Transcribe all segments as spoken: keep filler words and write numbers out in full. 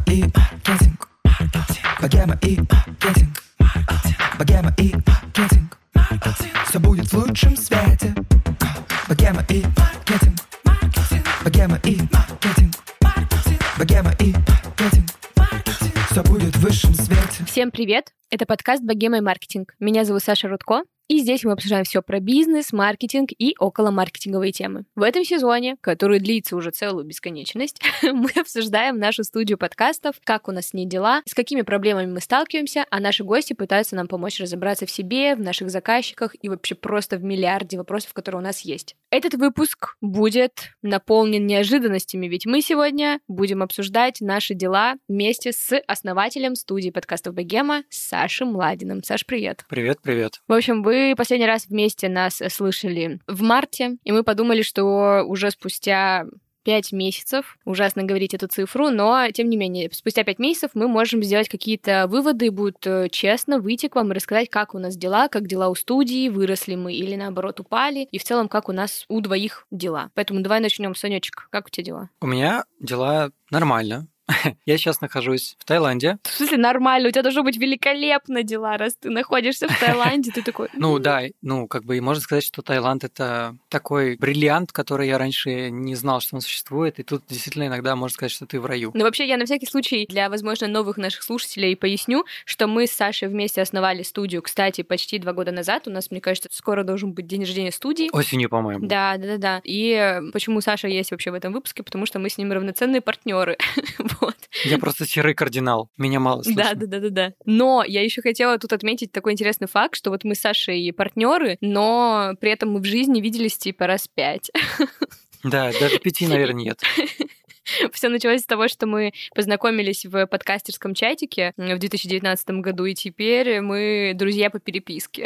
и маркетинг. Богема и маркетинг. Богема и маркетинг. Все будет в лучшем свете. Богема и маркетинг. Богема и маркетинг. Богема и маркетинг. Все будет в высшем свете. Всем привет! Это подкаст «Богема и маркетинг». Меня зовут Саша Рудко, и здесь мы обсуждаем все про бизнес, маркетинг и околомаркетинговые темы. В этом сезоне, который длится уже целую бесконечность, мы обсуждаем нашу студию подкастов, как у нас с ней дела, с какими проблемами мы сталкиваемся, а наши гости пытаются нам помочь разобраться в себе, в наших заказчиках и вообще просто в миллиарде вопросов, которые у нас есть. Этот выпуск будет наполнен неожиданностями, ведь мы сегодня будем обсуждать наши дела вместе с основателем студии подкастов «Богема» Сашей Младиным. Саш, привет! Привет, привет! В общем, вы Вы последний раз вместе нас слышали в марте, и мы подумали, что уже спустя пять месяцев, ужасно говорить эту цифру, но, тем не менее, спустя пять месяцев мы можем сделать какие-то выводы и будет честно выйти к вам и рассказать, как у нас дела, как дела у студии, выросли мы или, наоборот, упали, и в целом, как у нас у двоих дела. Поэтому давай начнем. Санечек, как у тебя дела? У меня дела нормально. Я сейчас нахожусь в Таиланде. В смысле нормально? У тебя должно быть великолепно дела, раз ты находишься в Таиланде, ты такой... Ну да, ну как бы и можно сказать, что Таиланд — это такой бриллиант, который я раньше не знал, что он существует, и тут действительно иногда можно сказать, что ты в раю. Ну вообще я на всякий случай для, возможно, новых наших слушателей поясню, что мы с Сашей вместе основали студию, кстати, почти два года назад. У нас, мне кажется, скоро должен быть день рождения студии. Осенью, по-моему. Да, да, да, да. И почему Саша есть вообще в этом выпуске? Потому что мы с ним равноценные партнеры. Вот. Я просто серый кардинал, меня мало слышно. Да, да, да, да, да. Но я еще хотела тут отметить такой интересный факт, что вот мы с Сашей партнеры, но при этом мы в жизни виделись типа раз пять. Да, даже пяти, наверное, нет. Все началось с того, что мы познакомились в подкастерском чатике в две тысячи девятнадцатом году, и теперь мы друзья по переписке.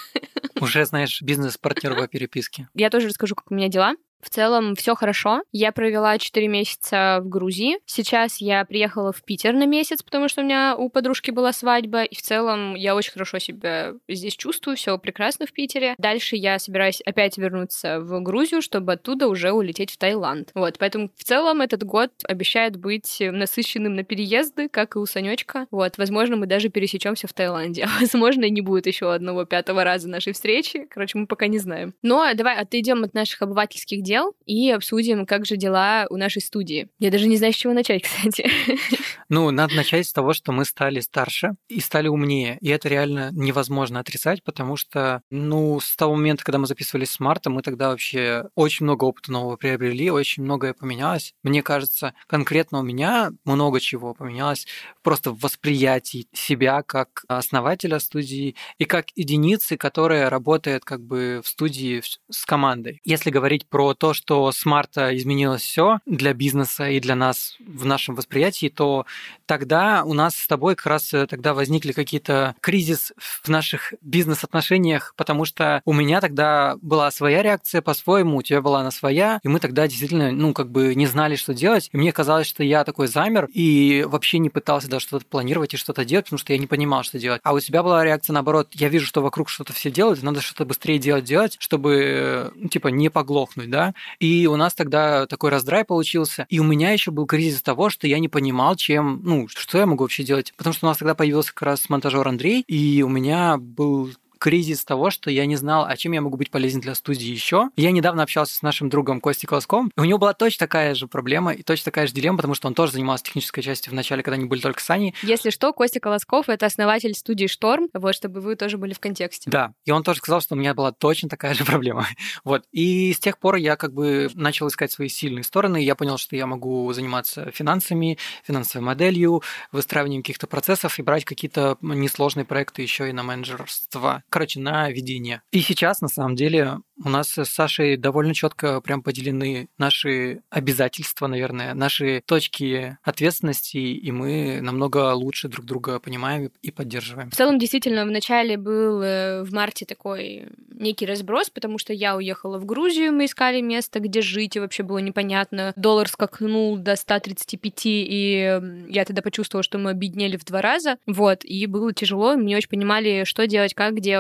Уже, знаешь, бизнес-партнер по переписке. Я тоже расскажу, как у меня дела. В целом все хорошо. Я провела четыре месяца в Грузии. Сейчас я приехала в Питер на месяц, потому что у меня у подружки была свадьба. И в целом я очень хорошо себя здесь чувствую, все прекрасно в Питере. Дальше я собираюсь опять вернуться в Грузию, чтобы оттуда уже улететь в Таиланд. Вот, поэтому в целом этот год обещает быть насыщенным на переезды, как и у Санечка. Вот, возможно, мы даже пересечемся в Таиланде. Возможно, не будет еще одного пятого раза нашей встречи. Короче, мы пока не знаем. Но давай отойдем от наших обывательских дел и обсудим, как же дела у нашей студии. Я даже не знаю, с чего начать, кстати. Ну, надо начать с того, что мы стали старше и стали умнее. И это реально невозможно отрицать, потому что, ну, с того момента, когда мы записывались с марта, мы тогда вообще очень много опыта нового приобрели, очень многое поменялось. Мне кажется, конкретно у меня много чего поменялось просто в восприятии себя как основателя студии и как единицы, которая работает как бы в студии с командой. Если говорить про то, что с марта изменилось все для бизнеса и для нас в нашем восприятии, то тогда у нас с тобой как раз тогда возникли какие-то кризис в наших бизнес-отношениях, потому что у меня тогда была своя реакция по-своему, у тебя была она своя, и мы тогда действительно, ну, как бы не знали, что делать, и мне казалось, что я такой замер и вообще не пытался даже что-то планировать и что-то делать, потому что я не понимал, что делать. А у тебя была реакция наоборот, я вижу, что вокруг что-то все делают, надо что-то быстрее делать-делать, чтобы, ну, типа, не поглохнуть, да, и у нас тогда такой раздрай получился, и у меня еще был кризис того, что я не понимал, чем, ну, что я могу вообще делать, потому что у нас тогда появился как раз монтажер Андрей, и у меня был кризис того, что я не знал, а чем я могу быть полезен для студии еще. Я недавно общался с нашим другом Костей Колосковым, и у него была точно такая же проблема и точно такая же дилемма, потому что он тоже занимался технической частью в начале, когда они были только с Аней. Если что, Костя Колосков — это основатель студии «Шторм», вот, чтобы вы тоже были в контексте. Да, и он тоже сказал, что у меня была точно такая же проблема. Вот, и с тех пор я как бы начал искать свои сильные стороны, и я понял, что я могу заниматься финансами, финансовой моделью, выстраиванием каких-то процессов и брать какие-то несложные проекты еще и на менеджерство. Короче, на ведение. И сейчас, на самом деле, у нас с Сашей довольно четко прям поделены наши обязательства, наверное, наши точки ответственности, и мы намного лучше друг друга понимаем и поддерживаем. В целом, действительно, в начале был в марте такой некий разброс, потому что я уехала в Грузию, мы искали место, где жить, и вообще было непонятно. Доллар скакнул до ста тридцати пяти, и я тогда почувствовала, что мы обеднели в два раза. Вот, и было тяжело, мы не очень понимали, что делать, как делать.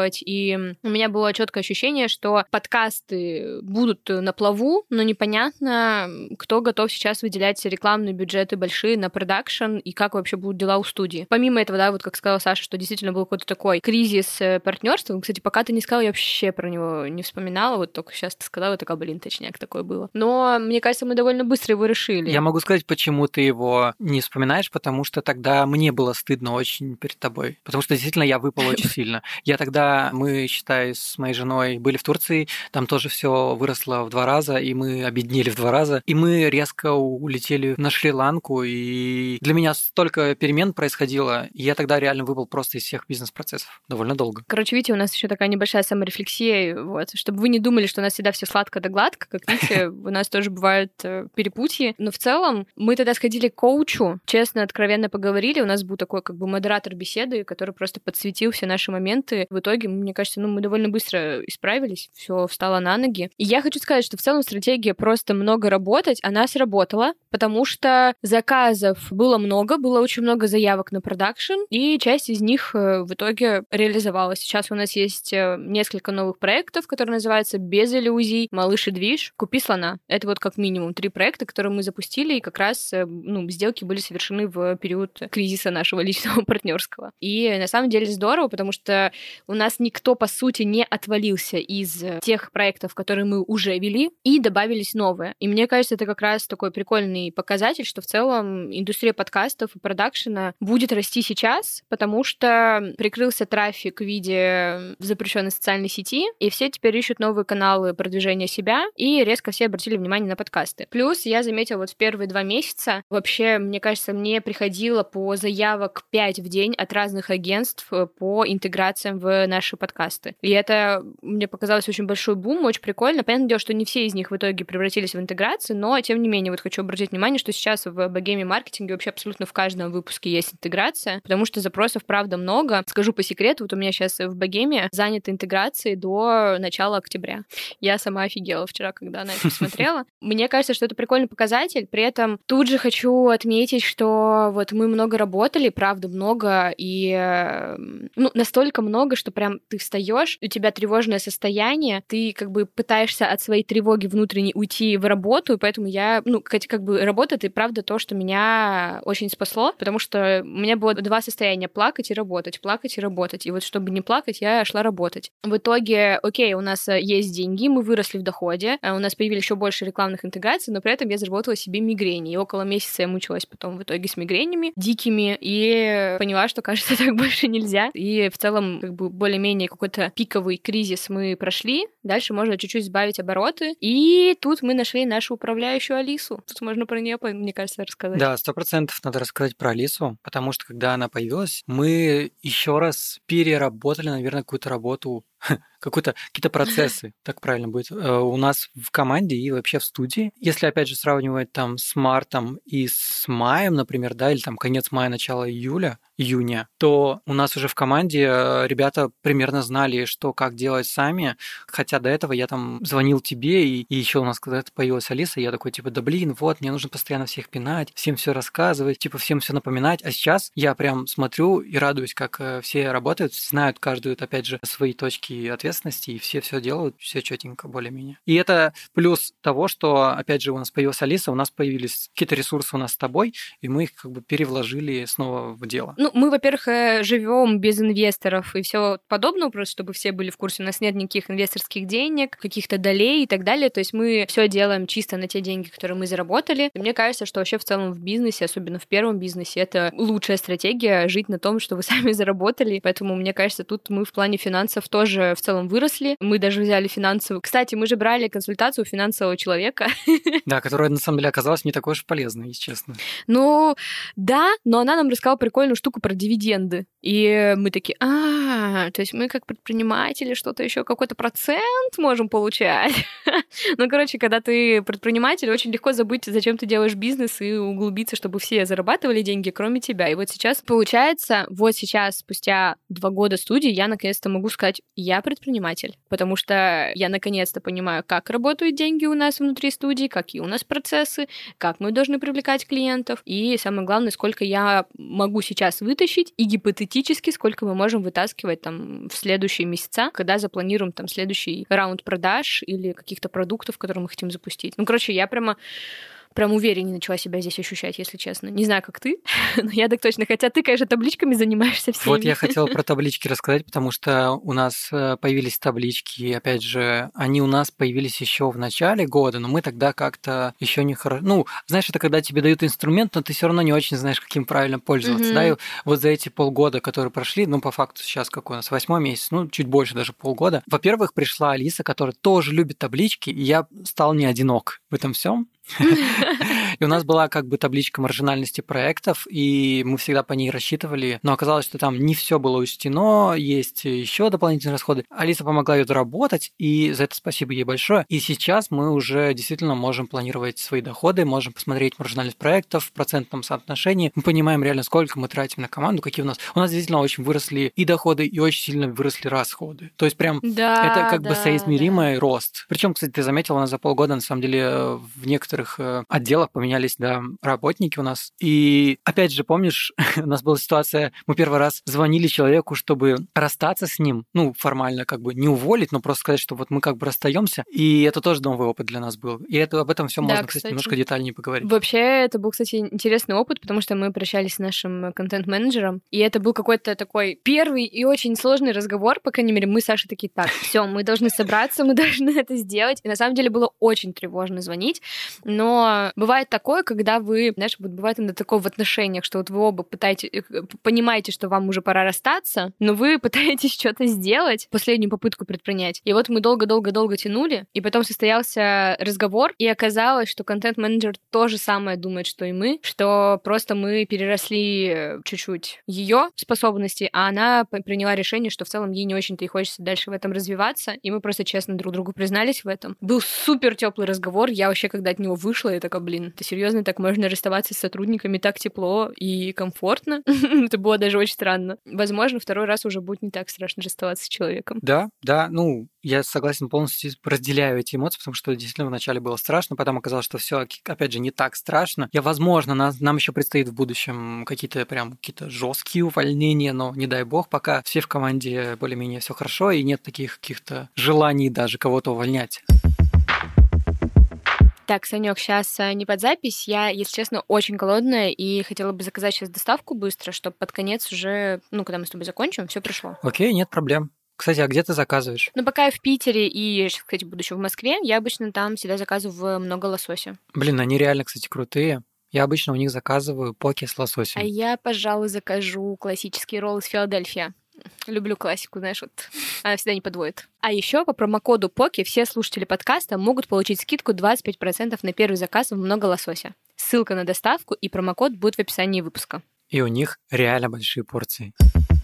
делать, и у меня было четкое ощущение, что подкасты будут на плаву, но непонятно, кто готов сейчас выделять рекламные бюджеты большие на продакшн и как вообще будут дела у студии. Помимо этого, да, вот как сказала Саша, что действительно был какой-то такой кризис партнерства. Кстати, пока ты не сказала, я вообще про него не вспоминала, вот только сейчас ты сказала, такая, блин, точняк, такое было. Но мне кажется, мы довольно быстро его решили. Я могу сказать, почему ты его не вспоминаешь, потому что тогда мне было стыдно очень перед тобой, потому что действительно я выпал очень сильно. Я тогда, мы, считай, с моей женой были в Турции, там тоже все выросло в два раза, и мы обеднели в два раза, и мы резко улетели на Шри-Ланку, и для меня столько перемен происходило, и я тогда реально выпал просто из всех бизнес-процессов довольно долго. Короче, видите, у нас еще такая небольшая саморефлексия, вот, чтобы вы не думали, что у нас всегда все сладко да гладко, как видите, у нас тоже бывают перепутья, но в целом мы тогда сходили к коучу, честно, откровенно поговорили, у нас был такой как бы модератор беседы, который просто подсветил все наши моменты. В итоге, мне кажется, ну, мы довольно быстро исправились, все встало на ноги. И я хочу сказать, что в целом стратегия просто много работать, она сработала, потому что заказов было много, было очень много заявок на продакшн, и часть из них в итоге реализовалась. Сейчас у нас есть несколько новых проектов, которые называются «Без иллюзий», «Малыш и движ», «Купи слона». Это вот как минимум три проекта, которые мы запустили, и как раз ну, сделки были совершены в период кризиса нашего личного партнерского. И на самом деле здорово, потому что у нас никто, по сути, не отвалился из тех проектов, которые мы уже вели, и добавились новые. И мне кажется, это как раз такой прикольный показатель, что в целом индустрия подкастов и продакшена будет расти сейчас, потому что прикрылся трафик в виде запрещенной социальной сети, и все теперь ищут новые каналы продвижения себя, и резко все обратили внимание на подкасты. Плюс я заметила вот в первые два месяца, вообще, мне кажется, мне приходило по заявок пять в день от разных агентств по интеграциям в наши подкасты. И это мне показалось очень большой бум, очень прикольно. Понятное дело, что не все из них в итоге превратились в интеграции, но, тем не менее, вот хочу обратить внимание, что сейчас в богеме маркетинге вообще абсолютно в каждом выпуске есть интеграция, потому что запросов, правда, много. Скажу по секрету, вот у меня сейчас в богеме заняты интеграции до начала октября. Я сама офигела вчера, когда на это посмотрела. Мне кажется, что это прикольный показатель. При этом тут же хочу отметить, что вот мы много работали, правда, много, и ну, настолько много, что прям ты встаешь, у тебя тревожное состояние, ты как бы пытаешься от своей тревоги внутренней уйти в работу, и поэтому я, ну, хотя как бы работа, это и правда то, что меня очень спасло, потому что у меня было два состояния: плакать и работать, плакать и работать. И вот чтобы не плакать, я шла работать. В итоге, окей, у нас есть деньги, мы выросли в доходе, у нас появились еще больше рекламных интеграций, но при этом я заработала себе мигрени. И около месяца я мучилась потом в итоге с мигренями дикими, и поняла, что, кажется, так больше нельзя. И в целом, как бы, более-менее какой-то пиковый кризис мы прошли. Дальше можно чуть-чуть сбавить обороты. И тут мы нашли нашу управляющую Алису. Тут можно про нее, мне кажется, рассказать. Да, сто процентов надо рассказать про Алису, потому что, когда она появилась, мы еще раз переработали, наверное, какую-то работу, какую-то, какие-то процессы, так правильно будет, у нас в команде и вообще в студии. Если, опять же, сравнивать там с мартом и с маем, например, да, или там конец мая, начало июля, июня, то у нас уже в команде ребята примерно знали, что как делать сами, хотя до этого я там звонил тебе, и, и еще у нас когда-то появилась Алиса, я такой, типа, да блин, вот, мне нужно постоянно всех пинать, всем все рассказывать, типа, всем все напоминать, а сейчас я прям смотрю и радуюсь, как все работают, знают каждую, опять же, свои точки ответственности, и все все делают, все четенько более-менее. И это плюс того, что, опять же, у нас появилась Алиса, у нас появились какие-то ресурсы у нас с тобой, и мы их как бы перевложили снова в дело. Ну, мы, во-первых, живем без инвесторов и все подобного, просто чтобы все были в курсе. У нас нет никаких инвесторских денег, каких-то долей и так далее. То есть мы все делаем чисто на те деньги, которые мы заработали. И мне кажется, что вообще в целом в бизнесе, особенно в первом бизнесе, это лучшая стратегия — жить на том, что вы сами заработали. Поэтому, мне кажется, тут мы в плане финансов тоже в целом выросли. Мы даже взяли финансовую... Кстати, мы же брали консультацию финансового человека. Да, которая на самом деле оказалась не такой уж полезной, если честно. Ну, да, но она нам рассказала прикольную штуку про дивиденды. И мы такие, а, то есть мы как предприниматели что-то еще, какой-то процент можем получать. Ну, короче, когда ты предприниматель, очень легко забыть, зачем ты делаешь бизнес, и углубиться, чтобы все зарабатывали деньги, кроме тебя. И вот сейчас получается, вот сейчас, спустя два года студии, я наконец-то могу сказать, я я предприниматель, потому что я наконец-то понимаю, как работают деньги у нас внутри студии, какие у нас процессы, как мы должны привлекать клиентов, и самое главное, сколько я могу сейчас вытащить, и гипотетически, сколько мы можем вытаскивать там в следующие месяца, когда запланируем там следующий раунд продаж или каких-то продуктов, которые мы хотим запустить. Ну, короче, я прямо Прям увереннее начала себя здесь ощущать, если честно. Не знаю, как ты, но я так точно. Хотя ты, конечно, табличками занимаешься всеми. Вот я хотела про таблички рассказать, потому что у нас появились таблички, и опять же, они у нас появились еще в начале года, но мы тогда как-то еще не хорошо. Ну, знаешь, это когда тебе дают инструмент, но ты все равно не очень знаешь, каким правильно пользоваться. Mm-hmm. Да, и вот за эти полгода, которые прошли, ну, по факту сейчас какой у нас, восьмой месяц, ну, чуть больше даже полгода. Во-первых, пришла Алиса, которая тоже любит таблички, и я стал не одинок в этом всем. И у нас была как бы табличка маржинальности проектов, и мы всегда по ней рассчитывали, но оказалось, что там не все было учтено, есть еще дополнительные расходы. Алиса помогла ее доработать, и за это спасибо ей большое. И сейчас мы уже действительно можем планировать свои доходы, можем посмотреть маржинальность проектов в процентном соотношении. Мы понимаем реально, сколько мы тратим на команду, какие у нас. У нас действительно очень выросли и доходы, и очень сильно выросли расходы. То есть прям да, это как да, бы соизмеримый да. рост. Причем, кстати, ты заметила, у нас за полгода на самом деле в некоторых отделах поменялись, да, работники у нас. И опять же, помнишь, у нас была ситуация, мы первый раз звонили человеку, чтобы расстаться с ним, ну, формально как бы не уволить, но просто сказать, что вот мы как бы расстаемся. И это тоже новый опыт для нас был. И это, об этом все да, можно, кстати, кстати, немножко детальнее поговорить. Вообще, это был, кстати, интересный опыт, потому что мы прощались с нашим контент-менеджером, и это был какой-то такой первый и очень сложный разговор, по крайней мере, мы с Сашей такие, так, все, мы должны собраться, мы должны это сделать. И на самом деле было очень тревожно звонить, но бывает такое, когда вы, знаешь, вот бывает иногда такое в отношениях, что вот вы оба пытаетесь, понимаете, что вам уже пора расстаться, но вы пытаетесь что-то сделать, последнюю попытку предпринять. И вот мы долго-долго-долго тянули, и потом состоялся разговор, и оказалось, что контент-менеджер то же самое думает, что и мы, что просто мы переросли чуть-чуть ее способности, а она приняла решение, что в целом ей не очень-то и хочется дальше в этом развиваться, и мы просто честно друг другу признались в этом. Был супер теплый разговор, я вообще, когда от него вышла, я такая, блин, это серьезно, так можно расставаться с сотрудниками так тепло и комфортно? Это было даже очень странно. Возможно, второй раз уже будет не так страшно расставаться с человеком. Да, да, ну, я согласен, полностью разделяю эти эмоции, потому что действительно вначале было страшно, потом оказалось, что все, опять же, не так страшно. Я, возможно, нас, нам еще предстоит в будущем какие-то прям какие-то жесткие увольнения, но не дай бог, пока все в команде более-менее все хорошо и нет таких каких-то желаний даже кого-то увольнять. Так, Санёк, сейчас не под запись. Я, если честно, очень голодная и хотела бы заказать сейчас доставку быстро, чтобы под конец уже, ну, когда мы с тобой закончим, все пришло. Окей, нет проблем. Кстати, а где ты заказываешь? Ну, пока я в Питере и, кстати, буду еще в Москве, я обычно там всегда заказываю много лосося. Блин, они реально, кстати, крутые. Я обычно у них заказываю поки с лососем. А я, пожалуй, закажу классический ролл из Филадельфия. Люблю классику, знаешь, вот она всегда не подводит. А еще по промокоду ПОКИ все слушатели подкаста могут получить скидку двадцать пять процентов на первый заказ в много лосося. Ссылка на доставку и промокод будет в описании выпуска. И у них реально большие порции.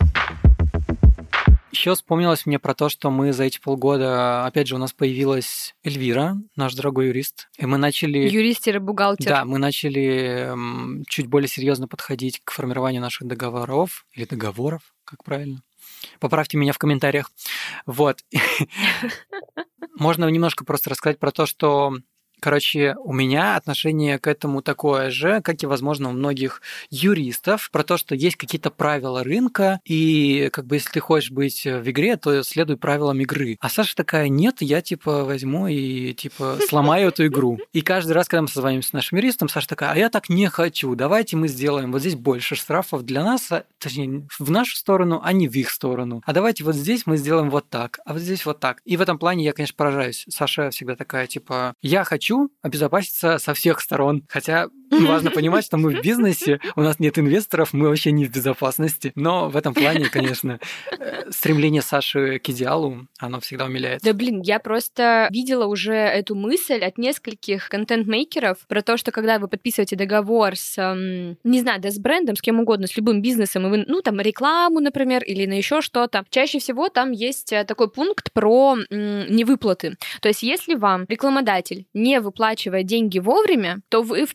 Еще вспомнилось мне про то, что мы за эти полгода, опять же, у нас появилась Эльвира, наш дорогой юрист, и мы начали... Юрист-бухгалтер. Да, мы начали чуть более серьезно подходить к формированию наших договоров, или договоров, как правильно. Поправьте меня в комментариях. Вот. Можно немножко просто рассказать про то, что... Короче, у меня отношение к этому такое же, как и, возможно, у многих юристов, про то, что есть какие-то правила рынка, и как бы если ты хочешь быть в игре, то следуй правилам игры. А Саша такая, нет, я типа возьму и типа сломаю эту игру. И каждый раз, когда мы созвонимся с нашим юристом, Саша такая, а я так не хочу, давайте мы сделаем вот здесь больше штрафов для нас, точнее, в нашу сторону, а не в их сторону. А давайте вот здесь мы сделаем вот так, а вот здесь вот так. И в этом плане я, конечно, поражаюсь. Саша всегда такая, типа, я хочу обезопаситься со всех сторон. Хотя важно понимать, что мы в бизнесе, у нас нет инвесторов, мы вообще не в безопасности. Но в этом плане, конечно, стремление Саши к идеалу, оно всегда умиляет. Да блин, я просто видела уже эту мысль от нескольких контент-мейкеров про то, что когда вы подписываете договор с, эм, не знаю, да с брендом, с кем угодно, с любым бизнесом, и вы, ну, там, рекламу, например, или на еще что-то, чаще всего там есть такой пункт про м, невыплаты. То есть если вам рекламодатель не выплачивает деньги вовремя, то вы вправе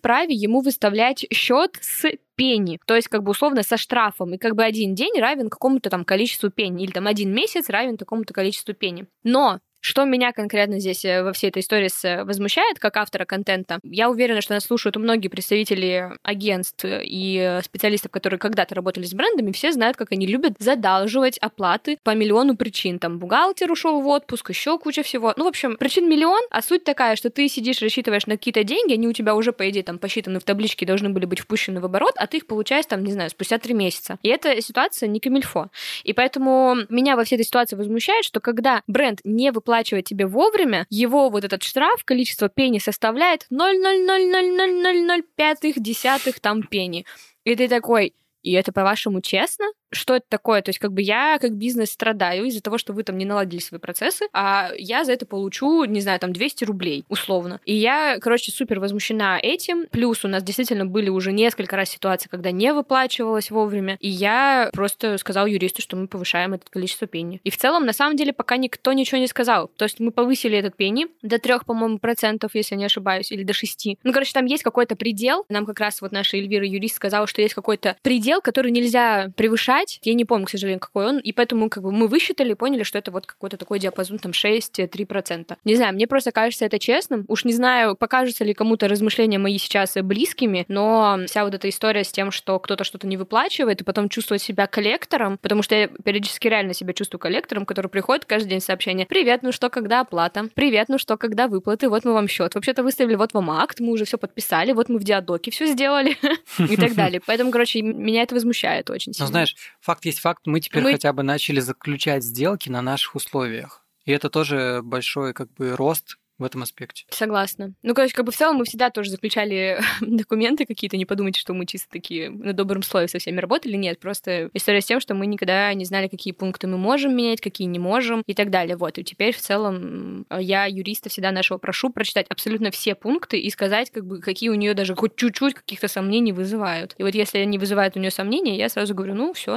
ему выставлять счет с пенни, то есть как бы условно со штрафом, и как бы один день равен какому-то там количеству пенни, или там один месяц равен такому-то количеству пенни. Но что меня конкретно здесь во всей этой истории возмущает, как автора контента, я уверена, что нас слушают многие представители агентств и специалистов, которые когда-то работали с брендами, все знают, как они любят задалживать оплаты по миллиону причин. Там бухгалтер ушел в отпуск, еще куча всего. Ну, в общем, причин миллион, а суть такая, что ты сидишь, рассчитываешь на какие-то деньги, они у тебя уже, по идее, там посчитаны в табличке, должны были быть впущены в оборот, а ты их получаешь, там, не знаю, спустя три месяца. И эта ситуация не камильфо. И поэтому меня во всей этой ситуации возмущает, что когда бренд не выплачивает оплачивать тебе вовремя, его вот этот штраф, количество пенни составляет ноль целых ноль ноль ноль ноль ноль ноль пять десятых там пенни. И ты такой, и это, по-вашему, честно? Что это такое? То есть как бы я как бизнес страдаю из-за того, что вы там не наладили свои процессы, а я за это получу, не знаю, там двести рублей, условно. И я, короче, супер возмущена этим. Плюс у нас действительно были уже несколько раз ситуации, когда не выплачивалось вовремя. И я просто сказала юристу, что мы повышаем это количество пенни. И в целом, на самом деле, пока никто ничего не сказал. То есть мы повысили этот пенни до трех, по-моему, процентов, если не ошибаюсь, или до шести. Ну, короче, там есть какой-то предел. Нам как раз вот наша Эльвира, юрист, сказала, что есть какой-то предел, который нельзя превышать. Я не помню, к сожалению, какой он. И поэтому как бы мы высчитали и поняли, что это вот какой-то такой диапазон, там, шесть-три процента. Не знаю, мне просто кажется это честным. Уж не знаю, покажутся ли кому-то размышления мои сейчас близкими, но вся вот эта история с тем, что кто-то что-то не выплачивает, и потом чувствовать себя коллектором, потому что я периодически реально себя чувствую коллектором, который приходит каждый день сообщение: «Привет, ну что, когда оплата? Привет, ну что, когда выплаты? Вот мы вам счет. Вообще-то выставили, вот вам акт, мы уже все подписали, вот мы в диадоке все сделали» и так далее. Поэтому, короче, меня это возмущает очень сильно. Ну, знаешь, факт есть факт, мы теперь мы... хотя бы начали заключать сделки на наших условиях. И это тоже большой как бы рост в этом аспекте. Согласна. Ну, короче, как бы в целом мы всегда тоже заключали документы какие-то, не подумайте, что мы чисто такие на добром слове со всеми работали. Нет, просто история с тем, что мы никогда не знали, какие пункты мы можем менять, какие не можем и так далее. Вот. И теперь в целом я юриста всегда нашего прошу прочитать абсолютно все пункты и сказать, как бы, какие у нее даже хоть чуть-чуть каких-то сомнений вызывают. И вот если они вызывают у нее сомнения, я сразу говорю, ну, все,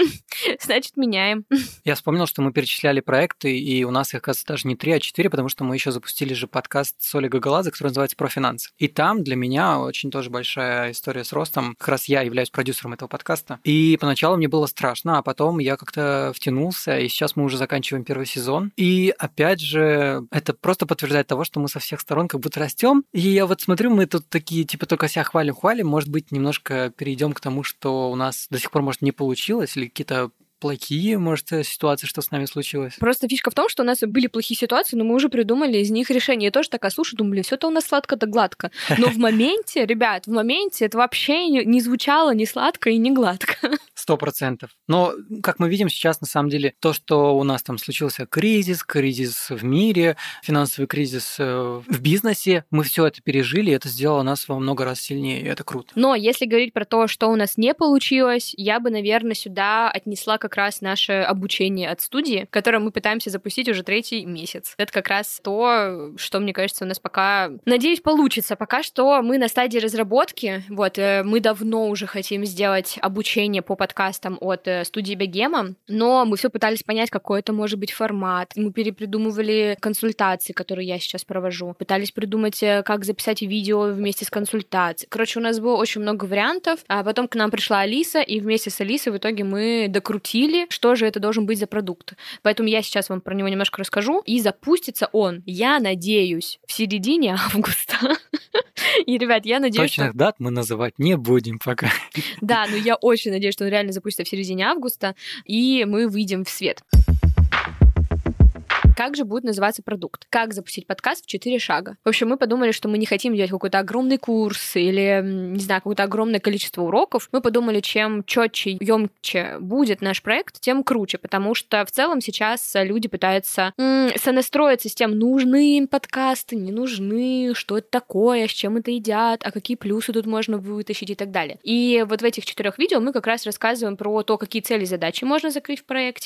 значит, меняем. Я вспомнил, что мы перечисляли проекты, и у нас их, оказывается, даже не три, а четыре, потому что мы еще запустили же подкаст с Олей Гагалазой, который называется «Про финансы». И там для меня очень тоже большая история с ростом. Как раз я являюсь продюсером этого подкаста. И поначалу мне было страшно, а потом я как-то втянулся, и сейчас мы уже заканчиваем первый сезон. И опять же, это просто подтверждает того, что мы со всех сторон как будто растем. И я вот смотрю, мы тут такие, типа, только себя хвалим-хвалим. Может быть, немножко перейдем к тому, что у нас до сих пор, может, не получилось, или какие-то плохие, может, ситуации, что с нами случилось? Просто фишка в том, что у нас были плохие ситуации, но мы уже придумали из них решение. Я тоже такая, слушай, думаю, блин, все-то у нас сладко да гладко. Но в моменте, ребят, в моменте это вообще не звучало ни сладко и ни гладко. Сто процентов. Но, как мы видим сейчас, на самом деле, то, что у нас там случился кризис, кризис в мире, финансовый кризис в бизнесе, мы все это пережили, и это сделало нас во много раз сильнее, и это круто. Но если говорить про то, что у нас не получилось, я бы, наверное, сюда отнесла как раз наше обучение от студии, которое мы пытаемся запустить уже третий месяц. Это как раз то, что, мне кажется, у нас пока, надеюсь, получится. Пока что мы на стадии разработки. Вот, мы давно уже хотим сделать обучение по подкастам от студии Бегема, но мы все пытались понять, какой это может быть формат. Мы перепридумывали консультации, которые я сейчас провожу. Пытались придумать, как записать видео вместе с консультацией. Короче, у нас было очень много вариантов, а потом к нам пришла Алиса, и вместе с Алисой в итоге мы докрутили, что же это должен быть за продукт. Поэтому я сейчас вам про него немножко расскажу. И запустится он, я надеюсь, в середине августа. И, ребят, я надеюсь, Точных что... дат мы называть не будем пока. Да, но я очень надеюсь, что он реально запустится в середине августа, и мы выйдем в свет. Как же будет называться продукт? Как запустить подкаст в четыре шага? В общем, мы подумали, что мы не хотим делать какой-то огромный курс или, не знаю, какое-то огромное количество уроков. Мы подумали, чем четче, емче будет наш проект, тем круче, потому что в целом сейчас люди пытаются м- сонастроиться с тем, нужны им подкасты, не нужны, что это такое, с чем это едят, а какие плюсы тут можно вытащить и так далее. И вот в этих четырех видео мы как раз рассказываем про то, какие цели и задачи можно закрыть в проекте,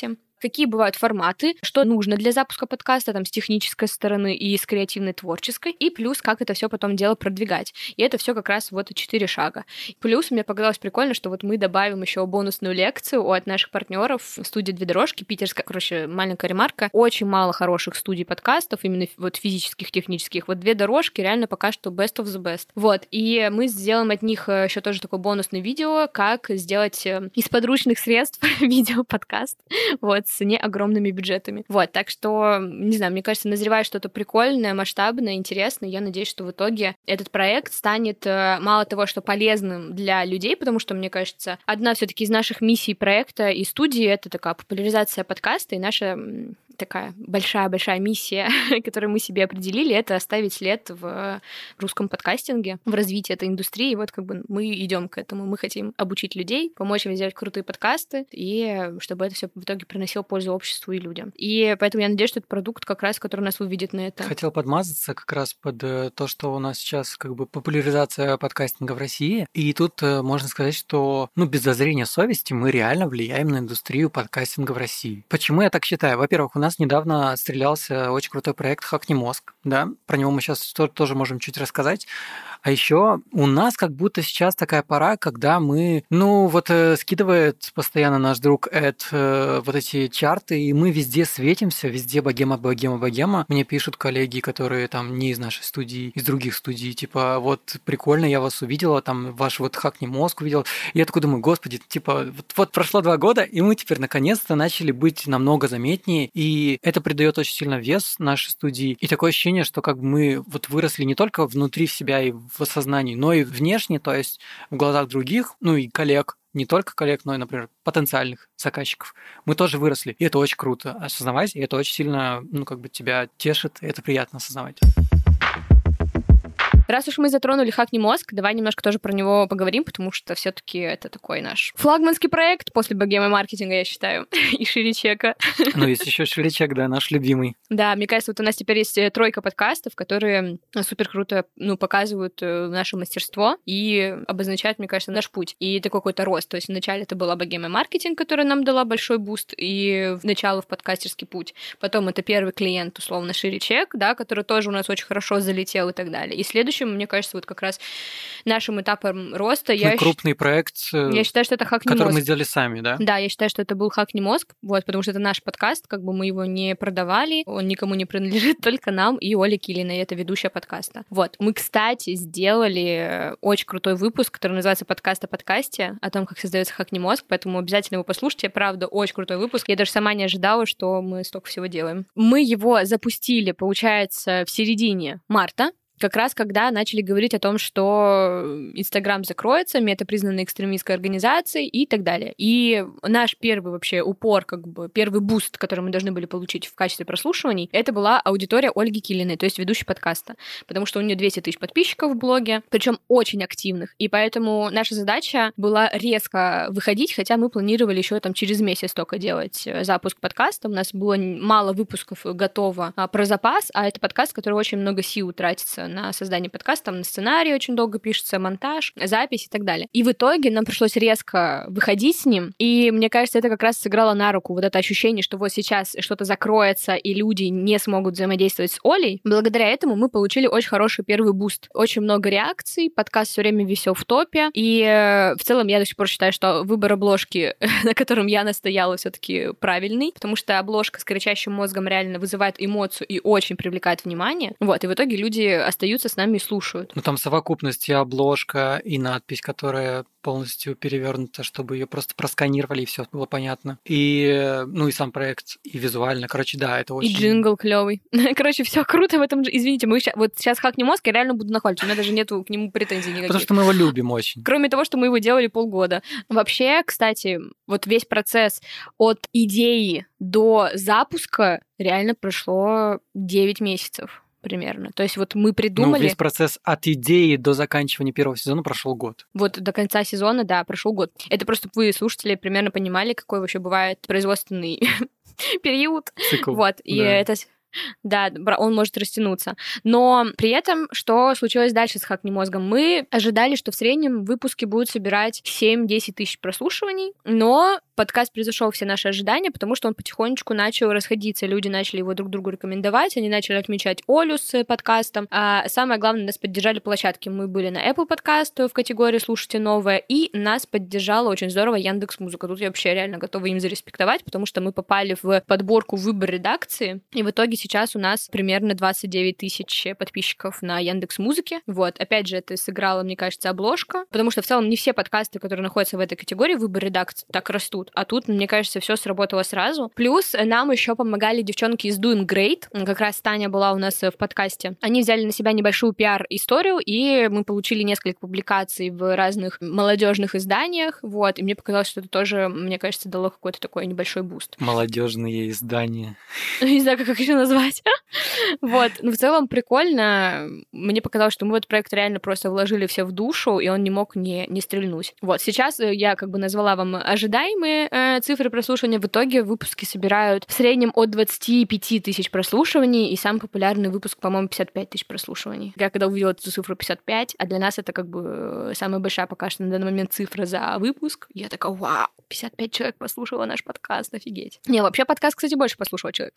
какие бывают форматы, что нужно для запуска подкаста, там, с технической стороны и с креативной, творческой, и плюс, как это все потом дело продвигать. И это все как раз вот четыре шага. Плюс мне показалось прикольно, что вот мы добавим еще бонусную лекцию от наших партнеров студии «Две дорожки», питерская, короче, маленькая ремарка. Очень мало хороших студий подкастов, именно вот физических, технических. Вот «Две дорожки» реально пока что best of the best. Вот, и мы сделаем от них еще тоже такое бонусное видео, как сделать из подручных средств видео-подкаст, вот, с не огромными бюджетами. Вот, так что, не знаю, мне кажется, назревает что-то прикольное, масштабное, интересное. Я надеюсь, что в итоге этот проект станет мало того, что полезным для людей, потому что, мне кажется, одна все-таки из наших миссий проекта и студии — это такая популяризация подкаста, и наша такая большая-большая миссия, которую мы себе определили, это оставить след в русском подкастинге, в развитии этой индустрии. И вот как бы мы идем к этому. Мы хотим обучить людей, помочь им сделать крутые подкасты, и чтобы это все в итоге приносило пользу обществу и людям. И поэтому я надеюсь, что это продукт как раз, который нас выведет на это. Хотел подмазаться как раз под то, что у нас сейчас как бы популяризация подкастинга в России. И тут можно сказать, что, ну, без зазрения совести мы реально влияем на индустрию подкастинга в России. Почему я так считаю? Во-первых, у нас недавно отстрелялся очень крутой проект «Хакни мозг», да, про него мы сейчас тоже можем чуть рассказать. А еще у нас как будто сейчас такая пора, когда мы, ну вот э, скидывает постоянно наш друг Эд э, вот эти чарты, и мы везде светимся, везде богема, богема, богема. Мне пишут коллеги, которые там не из нашей студии, из других студий, типа, вот прикольно, я вас увидела, там ваш вот «Хакни мозг» увидел. И я такой думаю, господи, типа, вот, вот прошло два года, и мы теперь наконец-то начали быть намного заметнее, и это придает очень сильно вес нашей студии. И такое ощущение, что как бы мы вот выросли не только внутри себя и в осознании, но и внешне, то есть в глазах других, ну и коллег, не только коллег, но и, например, потенциальных заказчиков. Мы тоже выросли, и это очень круто осознавать, и это очень сильно, ну, как бы тебя тешит, и это приятно осознавать. Раз уж мы затронули «Хакни мозг», давай немножко тоже про него поговорим, потому что все-таки это такой наш флагманский проект после богемы маркетинга, я считаю, и Шири-чека. Ну, есть еще Шири-чек, да, наш любимый. Да, мне кажется, вот у нас теперь есть тройка подкастов, которые супер круто, ну, показывают наше мастерство и обозначают, мне кажется, наш путь и такой какой-то рост. То есть вначале это была богема маркетинг, которая нам дала большой буст и начало в подкастерский путь. Потом это первый клиент, условно, Шири-чек, да, который тоже у нас очень хорошо залетел и так далее. И следующий, мне кажется, вот как раз нашим этапом роста... Ну, я крупный щ... проект, я считаю, что это «Хакни мозг», который мы сделали сами, да? Да, я считаю, что это был «Хакни мозг», вот, потому что это наш подкаст, как бы мы его не продавали, он никому не принадлежит, только нам и Оле Килиной, это ведущая подкаста. Вот. Мы, кстати, сделали очень крутой выпуск, который называется «Подкаст о подкасте», о том, как создается «Хакни мозг», поэтому обязательно его послушайте, правда, очень крутой выпуск. Я даже сама не ожидала, что мы столько всего делаем. Мы его запустили, получается, в середине марта, как раз когда начали говорить о том, что Инстаграм закроется, мета-признанной экстремистской организацией и так далее. И наш первый вообще упор, как бы первый буст, который мы должны были получить в качестве прослушиваний, это была аудитория Ольги Килиной, то есть ведущей подкаста, потому что у нее двести тысяч подписчиков в блоге, причем очень активных. И поэтому наша задача была резко выходить, хотя мы планировали еще там через месяц только делать запуск подкаста. У нас было мало выпусков готово про запас, а это подкаст, который очень много сил тратится на создание подкаста, там на сценарий очень долго пишется, монтаж, запись и так далее. И в итоге нам пришлось резко выходить с ним, и мне кажется, это как раз сыграло на руку вот это ощущение, что вот сейчас что-то закроется, и люди не смогут взаимодействовать с Олей. Благодаря этому мы получили очень хороший первый буст. Очень много реакций, подкаст все время висел в топе, и в целом я до сих пор считаю, что выбор обложки, на котором я настояла, все-таки правильный, потому что обложка с кричащим мозгом реально вызывает эмоцию и очень привлекает внимание. Вот, и в итоге люди остаются с нами и слушают. Ну там совокупность и обложка, и надпись, которая полностью перевернута, чтобы ее просто просканировали, и все было понятно. И, ну, и сам проект, и визуально. Короче, да, это очень... И джингл клевый. Короче, все круто в этом. Извините, мы сейчас, вот сейчас «Хакни мозг», я реально буду нахваливать. У меня даже нету к нему претензий никаких. Потому что мы его любим очень. Кроме того, что мы его делали полгода. Вообще, кстати, вот весь процесс от идеи до запуска реально прошло девять месяцев. Примерно. То есть вот мы придумали... Ну, весь процесс от идеи до заканчивания первого сезона прошел год. Вот до конца сезона, да, прошел год. Это просто вы, слушатели, примерно понимали, какой вообще бывает производственный период. Цикл. Вот. И да. это Да, он может растянуться. Но при этом, что случилось дальше с «Хакни мозгом»? Мы ожидали, что в среднем выпуски будут собирать семь-десять тысяч прослушиваний, но подкаст превзошел все наши ожидания, потому что он потихонечку начал расходиться. Люди начали его друг другу рекомендовать, они начали отмечать Олю с подкастом. А самое главное, нас поддержали площадки. Мы были на Apple Podcast в категории «Слушайте новое», и нас поддержала очень здорово Яндекс.Музыка. Тут я вообще реально готова им зареспектовать, потому что мы попали в подборку «Выбор редакции», и в итоге сейчас у нас примерно двадцать девять тысяч подписчиков на Яндекс.Музыке. Вот, опять же, это сыграла, мне кажется, обложка, потому что в целом не все подкасты, которые находятся в этой категории «Выбор редакции», так растут. А тут, мне кажется, все сработало сразу. Плюс нам еще помогали девчонки из Doing Great. Как раз Таня была у нас в подкасте. Они взяли на себя небольшую пиар-историю, и мы получили несколько публикаций в разных молодежных изданиях. Вот, и мне показалось, что это тоже, мне кажется, дало какой-то такой небольшой буст. Молодежные издания. Не знаю, как их еще назвать. Вот. Но в целом прикольно. Мне показалось, что мы в этот проект реально просто вложили все в душу, и он не мог не, не стрельнуть. Вот. Сейчас я как бы назвала вам ожидаемые э, цифры прослушивания. В итоге выпуски собирают в среднем от двадцать пять тысяч прослушиваний, и самый популярный выпуск, по-моему, пятьдесят пять тысяч прослушиваний. Я когда увидела эту цифру пятьдесят пять, а для нас это как бы самая большая пока что на данный момент цифра за выпуск, я такая, вау, пятьдесят пять человек послушало наш подкаст, офигеть. Не, вообще подкаст, кстати, больше послушало человек.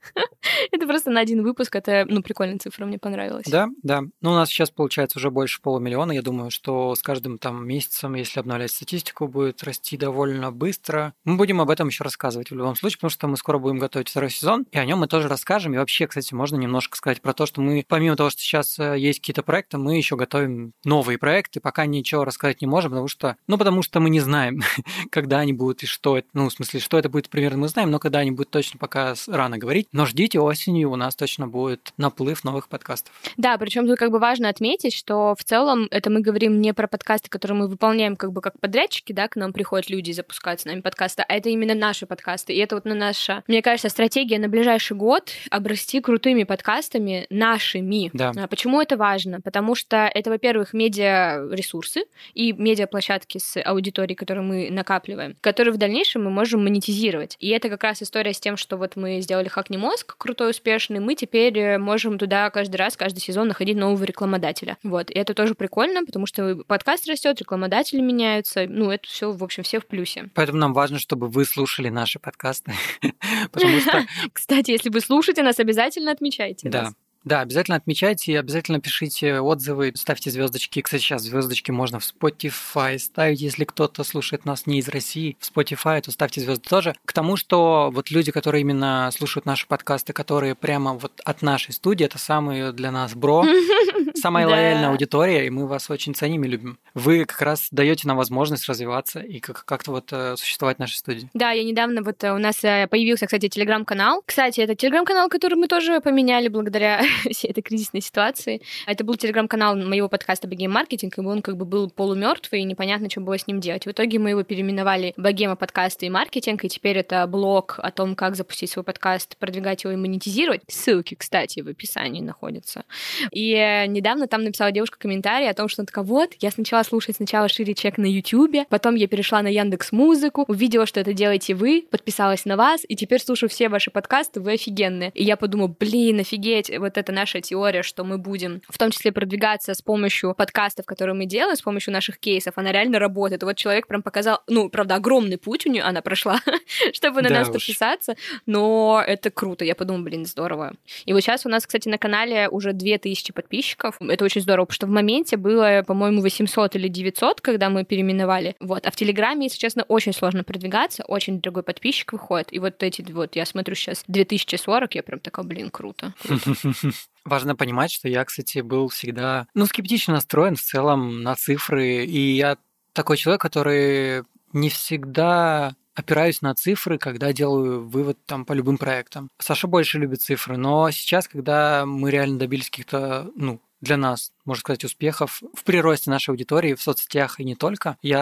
Это просто на один выпуск, это, ну, прикольная цифра, мне понравилась. Да, да. Ну, у нас сейчас получается уже больше полумиллиона. Я думаю, что с каждым там месяцем, если обновлять статистику, будет расти довольно быстро. Мы будем об этом еще рассказывать в любом случае, потому что мы скоро будем готовить второй сезон, и о нем мы тоже расскажем. И вообще, кстати, можно немножко сказать про то, что мы, помимо того, что сейчас есть какие-то проекты, мы еще готовим новые проекты, пока ничего рассказать не можем, потому что, ну, потому что мы не знаем, когда они будут и что это, ну, в смысле, что это будет примерно мы знаем, но когда они будут точно пока рано говорить. Но ждите, осенью у нас точно будет наплыв новых подкастов. Да, причем тут как бы важно отметить, что в целом это мы говорим не про подкасты, которые мы выполняем как бы как подрядчики, да, к нам приходят люди и запускают с нами подкасты, а это именно наши подкасты. И это вот на наша, мне кажется, стратегия на ближайший год обрасти крутыми подкастами нашими. Да. Почему это важно? Потому что это, во-первых, медиаресурсы и медиаплощадки с аудиторией, которую мы накапливаем, которые в дальнейшем мы можем монетизировать. И это как раз история с тем, что вот мы сделали «Хакни мозг» крутой, успешный, мы теперь можем туда каждый раз, каждый сезон находить нового рекламодателя. Вот. И это тоже прикольно, потому что подкаст растет, рекламодатели меняются. Ну, это все, в общем, все в плюсе. Поэтому нам важно, чтобы вы слушали наши подкасты. Потому что... Кстати, если вы слушаете нас, обязательно отмечайте да. нас. Да, обязательно отмечайте и обязательно пишите отзывы, ставьте звездочки. Кстати, сейчас звездочки можно в Spotify ставить, если кто-то слушает нас не из России. В Spotify, то ставьте звезды тоже. К тому, что вот люди, которые именно слушают наши подкасты, которые прямо вот от нашей студии, это самые для нас бро, самая лояльная аудитория, и мы вас очень ценим и любим. Вы как раз даете нам возможность развиваться и как-то вот существовать в нашей студии. Да, я недавно вот у нас появился, кстати, телеграм-канал. Кстати, это телеграм-канал, который мы тоже поменяли благодаря всей этой кризисной ситуации. Это был телеграм-канал моего подкаста «Богема маркетинг», и он как бы был полумертвый, и непонятно, что было с ним делать. В итоге мы его переименовали «Богема подкасты и маркетинг», и теперь это блог о том, как запустить свой подкаст, продвигать его и монетизировать. Ссылки, кстати, в описании находятся. И недавно там написала девушка комментарий о том, что она такая, вот, я сначала слушаю сначала «Шире чек» на Ютубе, потом я перешла на Яндекс.Музыку, увидела, что это делаете вы, подписалась на вас, и теперь слушаю все ваши подкасты, вы офигенные. И я подумала, блин, офигеть, вот это наша теория, что мы будем в том числе продвигаться с помощью подкастов, которые мы делаем, с помощью наших кейсов, она реально работает. И вот человек прям показал, ну, правда, огромный путь у нее она прошла, чтобы на да нас уж. подписаться, но это круто. Я подумала, блин, здорово. И вот сейчас у нас, кстати, на канале уже две тысячи подписчиков. Это очень здорово, потому что в моменте было, по-моему, восемьсот или девятьсот, когда мы переименовали. Вот. А в Телеграме, если честно, очень сложно продвигаться, очень дорогой подписчик выходит. И вот эти вот, я смотрю сейчас две тысячи сорок, я прям такая, блин, круто. круто. Важно понимать, что я, кстати, был всегда, ну, скептично настроен в целом на цифры, и я такой человек, который не всегда опираюсь на цифры, когда делаю вывод там по любым проектам. Саша больше любит цифры, но сейчас, когда мы реально добились каких-то, ну, для нас, можно сказать, успехов в приросте нашей аудитории в соцсетях и не только, я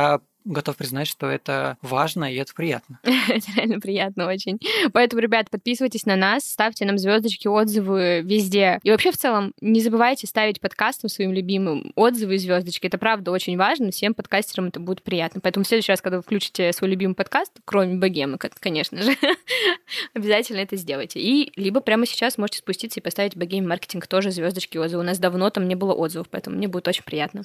готов признать, что это важно, и это приятно. Это реально приятно очень. Поэтому, ребят, подписывайтесь на нас, ставьте нам звездочки, отзывы везде. И вообще, в целом, не забывайте ставить подкастам своим любимым отзывы и звездочки. Это правда очень важно, всем подкастерам это будет приятно. Поэтому в следующий раз, когда вы включите свой любимый подкаст, кроме богемы, конечно же, обязательно это сделайте. И либо прямо сейчас можете спуститься и поставить в богеме маркетинг тоже звездочки и отзывы. У нас давно там не было отзывов, поэтому мне будет очень приятно.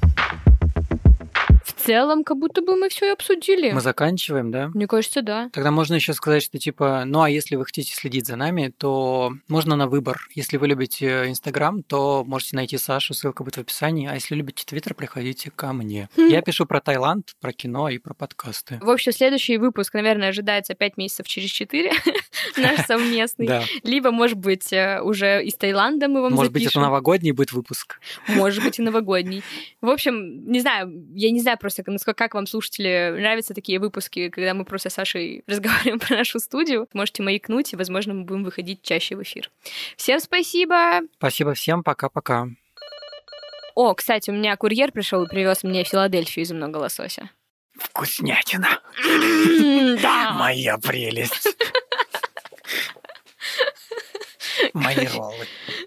В целом, как будто бы мы все и обсудили. Мы заканчиваем, да? Мне кажется, да. Тогда можно еще сказать, что типа, ну а если вы хотите следить за нами, то можно на выбор. Если вы любите Инстаграм, то можете найти Сашу, ссылка будет в описании. А если любите Твиттер, приходите ко мне. Хм. Я пишу про Таиланд, про кино и про подкасты. В общем, следующий выпуск, наверное, ожидается пять месяцев через четыре, наш совместный. Либо, может быть, уже из Таиланда мы вам запишем. Может быть, это новогодний будет выпуск. Может быть, и новогодний. В общем, не знаю, я не знаю просто, насколько как вам, слушатели, нравятся такие выпуски, когда мы просто с Сашей разговариваем про нашу студию. Можете маякнуть, и, возможно, мы будем выходить чаще в эфир. Всем спасибо! Спасибо всем, пока-пока. О, кстати, у меня курьер пришел и привез мне Филадельфию из много лосося. Вкуснятина! Да! Моя прелесть! Мои роллы.